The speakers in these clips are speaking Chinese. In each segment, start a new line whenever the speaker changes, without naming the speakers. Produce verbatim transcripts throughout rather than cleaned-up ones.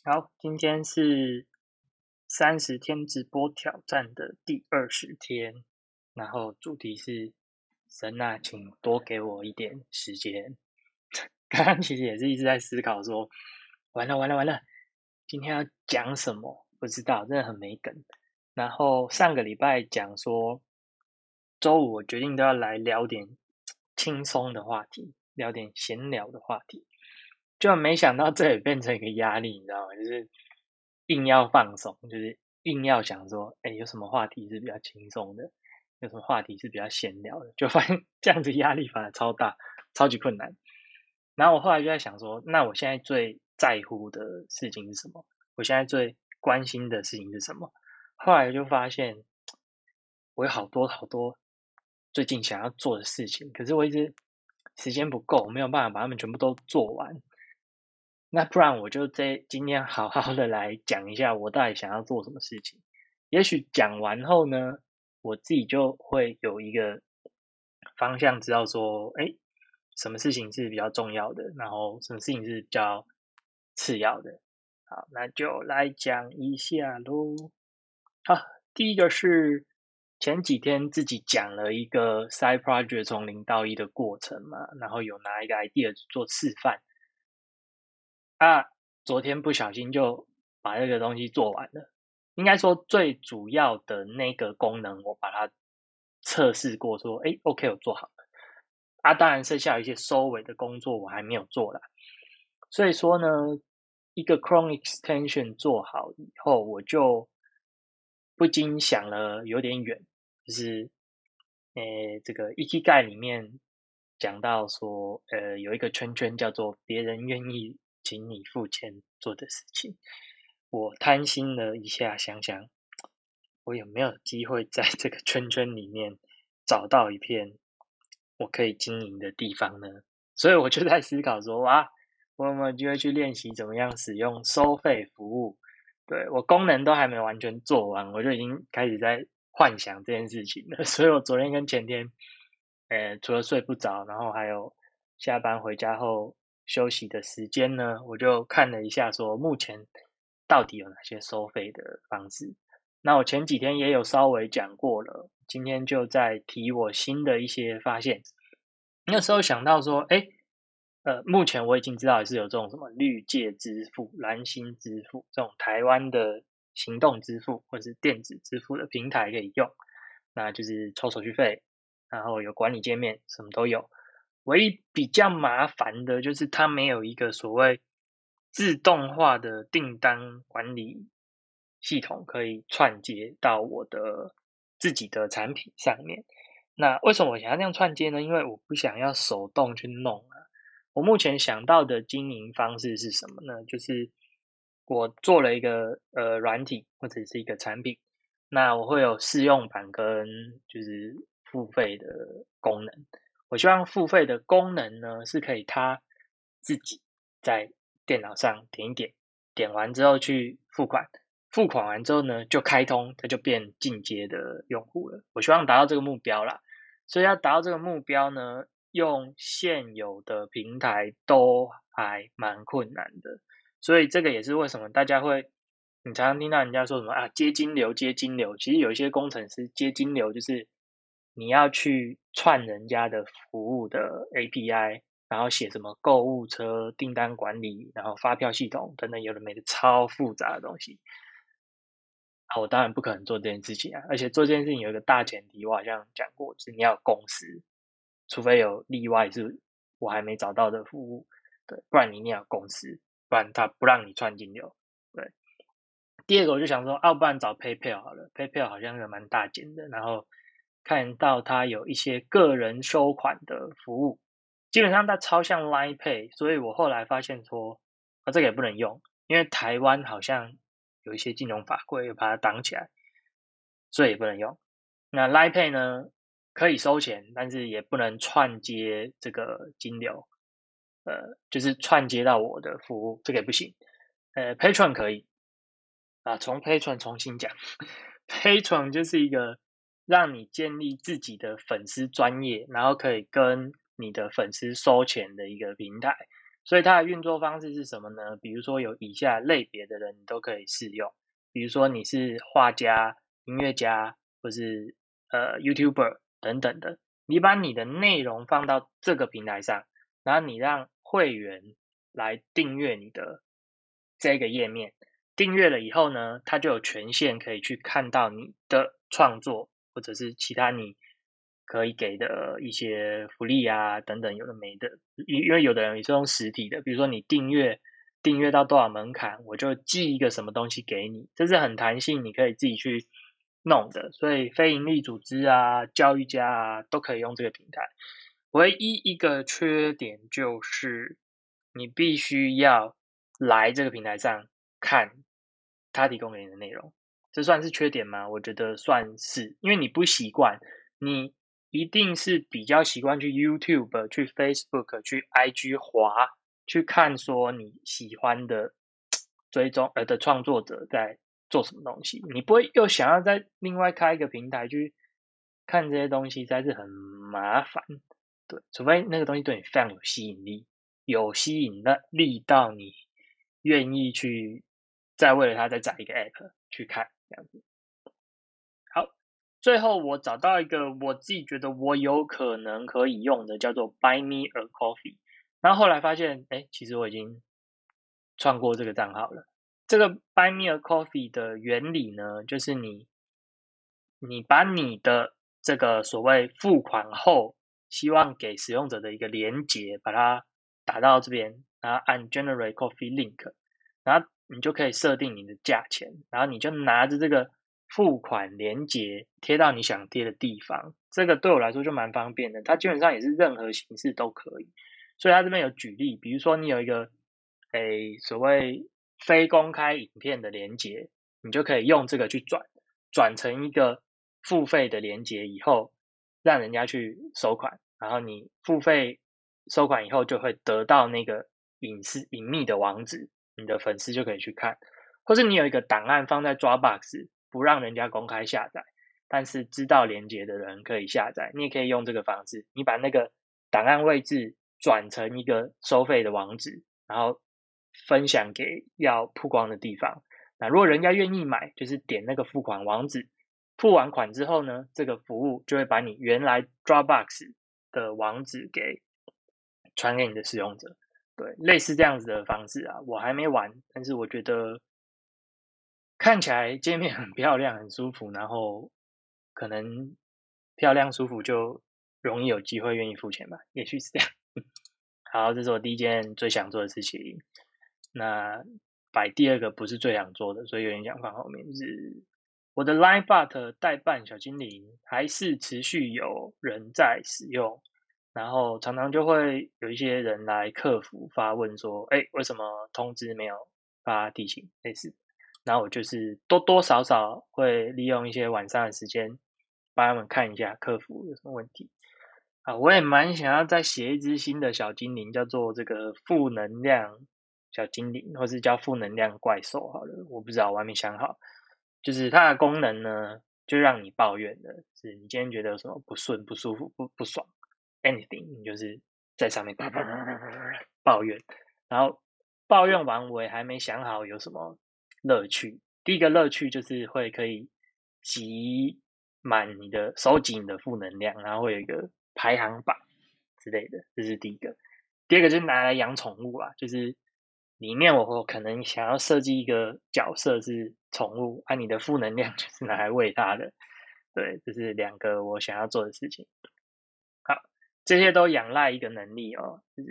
好，今天是三十天直播挑战的第二十天，然后主题是神啊，请多给我一点时间。刚刚其实也是一直在思考说，完了完了完了，今天要讲什么？不知道，真的很没梗。然后上个礼拜讲说，周五我决定都要来聊点轻松的话题，聊点闲聊的话题。就没想到这也变成一个压力，你知道吗？就是硬要放松，就是硬要想说，哎，有什么话题是比较轻松的，有什么话题是比较闲聊的，就发现这样子压力反而超大，超级困难。然后我后来就在想说，那我现在最在乎的事情是什么？我现在最关心的事情是什么？后来就发现，我有好多好多最近想要做的事情，可是我一直时间不够，没有办法把它们全部都做完。那不然我就这今天好好的来讲一下我到底想要做什么事情。也许讲完后呢，我自己就会有一个方向，知道说，哎，什么事情是比较重要的，然后什么事情是比较次要的。好，那就来讲一下喽。好，第一个是前几天自己讲了一个 side project 从零到一的过程嘛，然后有拿一个 idea 做示范。啊，昨天不小心就把这个东西做完了。应该说最主要的那个功能，我把它测试过，说，诶 OK，我做好了。啊，当然剩下有一些收尾的工作我还没有做啦。所以说呢，一个 Chrome extension 做好以后，我就不禁想了有点远，就是诶，这个 Ikigai 里面讲到说，呃，有一个圈圈叫做别人愿意请你付钱做的事情。我贪心了一下，想想我有没有机会在这个圈圈里面找到一片我可以经营的地方呢？所以我就在思考说，哇，我有没有机会去练习怎么样使用收费服务？对，我功能都还没完全做完，我就已经开始在幻想这件事情了。所以我昨天跟前天，呃，除了睡不着，然后还有下班回家后休息的时间呢，我就看了一下，说目前到底有哪些收费的方式。那我前几天也有稍微讲过了，今天就在提我新的一些发现。那时候想到说，哎，呃，目前我已经知道是有这种什么绿界支付、蓝星支付这种台湾的行动支付或是电子支付的平台可以用，那就是抽手续费，然后有管理界面，什么都有。唯一比较麻烦的就是它没有一个所谓自动化的订单管理系统可以串接到我的自己的产品上面。那为什么我想要这样串接呢？因为我不想要手动去弄啊。我目前想到的经营方式是什么呢？就是我做了一个呃软体或者是一个产品，那我会有试用版跟就是付费的功能。我希望付费的功能呢是可以他自己在电脑上点一点，点完之后去付款，付款完之后呢就开通，它就变进阶的用户了。我希望达到这个目标啦。所以要达到这个目标呢，用现有的平台都还蛮困难的。所以这个也是为什么大家会，你常常听到人家说什么啊，接金流，接金流。其实有一些工程师接金流，就是你要去串人家的服务的 A P I，然后写什么购物车订单管理，然后发票系统等等，有的没的超复杂的东西。啊，我当然不可能做这件事情啊，而且做这件事情有一个大前提，我好像讲过，就是你要有公司，除非有例外是我还没找到的服务，对，不然你一定要有公司，不然他不让你串金流。对，第二个我就想说，啊，不然找 PayPal 好了，PayPal 好像是蛮大间的，然后看到它有一些个人收款的服务，基本上它超像 Line Pay，所以我后来发现说，啊，这个也不能用，因为台湾好像有一些金融法规把它挡起来，所以也不能用。那 Line Pay 呢，可以收钱，但是也不能串接这个金流，呃，就是串接到我的服务，这个也不行。呃，Patron 可以啊，从 Patron 重新讲，Patron 就是一个让你建立自己的粉丝专业，然后可以跟你的粉丝收钱的一个平台。 所以它的运作方式是什么呢？比如说有以下类别的人你都可以适用，比如说你是画家、音乐家，或是呃 YouTuber 等等的，你把你的内容放到这个平台上，然后你让会员来订阅你的这个页面，订阅了以后呢，他就有权限可以去看到你的创作，或者是其他你可以给的一些福利啊等等，有的没的。因为有的人也是用实体的，比如说你订阅订阅到多少门槛，我就寄一个什么东西给你，这是很弹性，你可以自己去弄的。所以非营利组织啊、教育家啊都可以用这个平台。唯一一个缺点就是你必须要来这个平台上看他提供给你的内容，这算是缺点吗？我觉得算是，因为你不习惯，你一定是比较习惯去 YouTube、去 Facebook、去 I G 滑，去看说你喜欢的追踪呃的创作者在做什么东西，你不会又想要再另外开一个平台去看这些东西，实在是很麻烦。对，除非那个东西对你非常有吸引力，有吸引力到你愿意去再为了它再载一个 app 去看这样子。好，最后我找到一个我自己觉得我有可能可以用的，叫做 Buy Me a Coffee。然后后来发现，哎，其实我已经创过这个账号了。这个 Buy Me a Coffee 的原理呢，就是你你把你的这个所谓付款后希望给使用者的一个连接，把它打到这边，然后按 Generate Coffee Link，然后你就可以设定你的价钱，然后你就拿着这个付款连接贴到你想贴的地方。这个对我来说就蛮方便的，它基本上也是任何形式都可以。所以它这边有举例，比如说你有一个诶所谓非公开影片的连接，你就可以用这个去转，转成一个付费的连接以后，让人家去收款，然后你付费收款以后就会得到那个隐私隐秘的网址，你的粉丝就可以去看。或是你有一个档案放在 Dropbox， 不让人家公开下载，但是知道连接的人可以下载，你也可以用这个方式，你把那个档案位置转成一个收费的网址，然后分享给要曝光的地方。那如果人家愿意买，就是点那个付款网址，付完款之后呢，这个服务就会把你原来 Dropbox 的网址给传给你的使用者。对，类似这样子的方式啊，我还没玩，但是我觉得看起来界面很漂亮、很舒服，然后可能漂亮舒服就容易有机会愿意付钱吧，也许是这样。好，这是我第一件最想做的事情。那摆第二个不是最想做的，所以有点想放后面。就是我的 Linebot 代办小精灵还是持续有人在使用，然后常常就会有一些人来客服发问说：“哎，为什么通知没有发提醒？”类似，然后我就是多多少少会利用一些晚上的时间帮他们看一下客服有什么问题。啊，我也蛮想要再写一只新的小精灵，叫做这个负能量小精灵，或是叫负能量怪兽好了，我不知道，我还没想好。就是它的功能呢，就让你抱怨的，是你今天觉得有什么不顺、不舒服、不不爽，anything，你就是在上面抱怨，然后抱怨完，我也还没想好有什么乐趣。第一个乐趣就是会可以集满你的收集你的负能量，然后会有一个排行榜之类的，这是第一个。第二个就是拿来养宠物啊，就是里面我可能想要设计一个角色是宠物，啊，你的负能量就是拿来喂它的。对，这是两个我想要做的事情。好，这些都仰赖一个能力哦，就是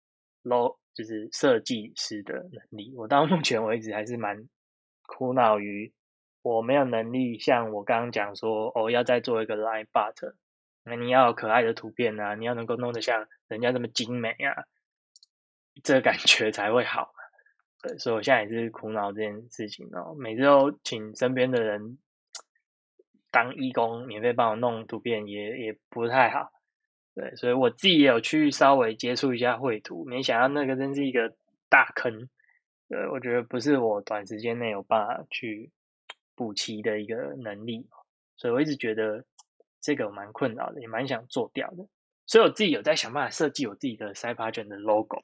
low，就是设计师的能力。我到目前为止还是蛮苦恼于我没有能力，像我刚刚讲说，哦，要再做一个 line but，那你要有可爱的图片啊，你要能够弄得像人家这么精美啊，这个感觉才会好。对，所以我现在也是苦恼这件事情哦，每次都请身边的人当义工，免费帮我弄图片也也不太好。对，所以我自己也有去稍微接触一下绘图，没想到那个真是一个大坑。对，我觉得不是我短时间内有办法去补齐的一个能力，所以我一直觉得这个蛮困扰的，也蛮想做掉的。所以我自己有在想办法设计我自己的 Side Project 的 logo，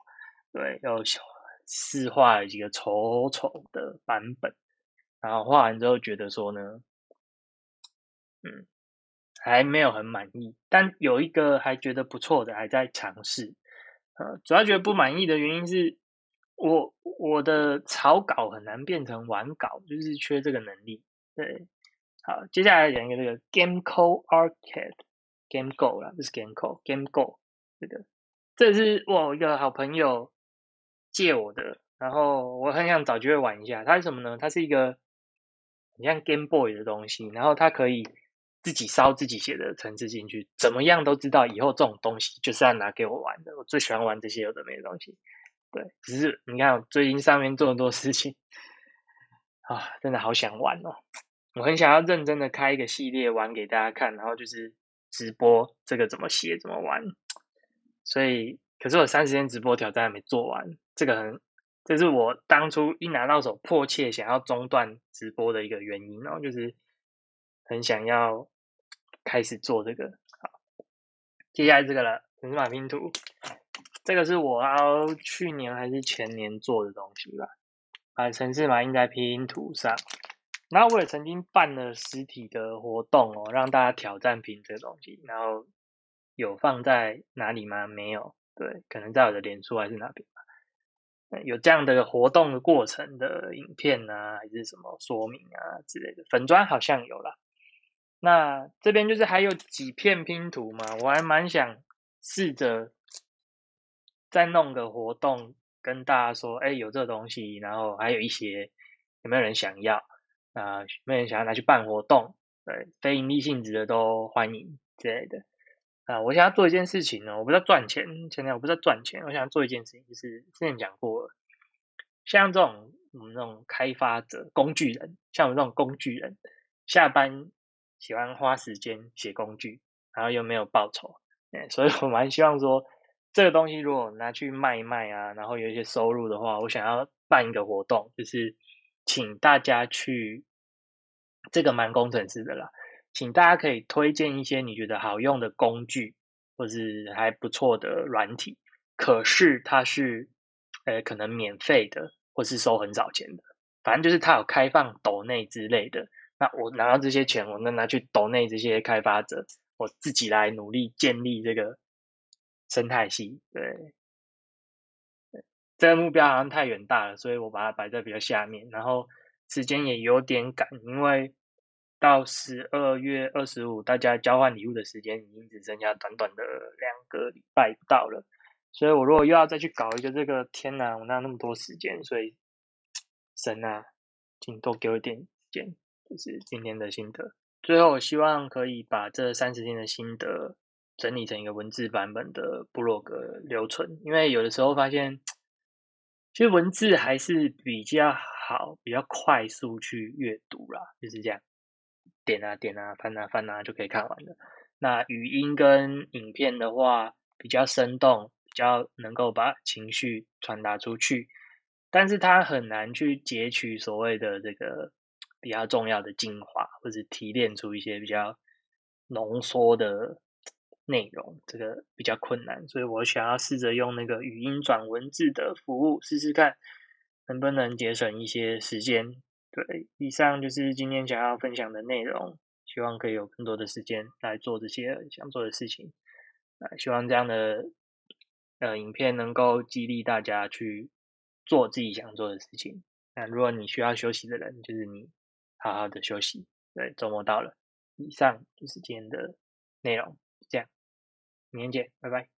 对，有试画了几个丑丑的版本，然后画完之后觉得说呢，嗯，还没有很满意，但有一个还觉得不错的，还在尝试。呃，主要觉得不满意的原因是我我的草稿很难变成完稿，就是缺这个能力。对，好，接下来讲一个这个 GameCo Arcade，GameGo 啦，不是 GameCo，GameGo 这个，这是我一个好朋友借我的，然后我很想找机会玩一下。它是什么呢？它是一个很像 Game Boy 的东西，然后它可以自己烧自己写的程式进去，怎么样都知道以后这种东西就是要拿给我玩的。我最喜欢玩这些有的没的东西。对，只是你看我最近上面做很多事情啊，真的好想玩哦。我很想要认真的开一个系列玩给大家看，然后就是直播这个怎么写怎么玩。所以，可是我三十天直播挑战还没做完，这个很，这是我当初一拿到手迫切想要中断直播的一个原因，然后就是很想要开始做这个。好，接下来这个了，城市码拼图，这个是我要去年还是前年做的东西吧，把城市码印在拼图上。然后我也曾经办了实体的活动哦，让大家挑战拼这个东西，然后有放在哪里吗？没有，对，可能在我的脸书还是哪边吧。有这样的活动的过程的影片啊，还是什么说明啊之类的，粉砖好像有啦。那这边就是还有几片拼图嘛，我还蛮想试着再弄个活动，跟大家说，哎，有这个东西，然后还有一些有没有人想要？啊、有没有人想要拿去办活动？对，非盈利性质的都欢迎之类的。啊，我想要做一件事情呢，我不是要赚钱，现在我不是要赚钱，我想要做一件事情，就是之前讲过了，像这种我们这种开发者、工具人，像我们这种工具人，下班喜欢花时间写工具，然后又没有报酬，嗯，所以我蛮希望说，这个东西如果拿去卖一卖啊，然后有一些收入的话，我想要办一个活动，就是请大家去，这个蛮工程师的啦，请大家可以推荐一些你觉得好用的工具，或是还不错的软体，可是它是呃可能免费的，或是收很少钱的，反正就是它有开放抖内之类的。那我拿到这些钱，我能拿去抖内这些开发者，我自己来努力建立这个生态系。对，这个目标好像太远大了，所以我把它摆在比较下面，然后时间也有点赶，因为到十二月二十五，大家交换礼物的时间已经只剩下短短的两个礼拜不到了，所以我如果又要再去搞一个这个，天哪，我哪有那么多时间？所以神啊，请多给我一点时间，就是今天的心得。最后，我希望可以把这三十天的心得整理成一个文字版本的部落格留存，因为有的时候发现，其实文字还是比较好、比较快速去阅读啦，就是这样，点啊点啊、翻啊翻啊就可以看完了。那语音跟影片的话，比较生动，比较能够把情绪传达出去，但是它很难去截取所谓的这个比较重要的精华，或者提炼出一些比较浓缩的内容，这个比较困难，所以我想要试着用那个语音转文字的服务试试看，能不能节省一些时间。对，以上就是今天想要分享的内容，希望可以有更多的时间来做这些想做的事情。啊，希望这样的呃影片能够激励大家去做自己想做的事情。那如果你需要休息的人，就是你好好的休息。对，周末到了。以上就是今天的内容，这样，明天见，拜拜。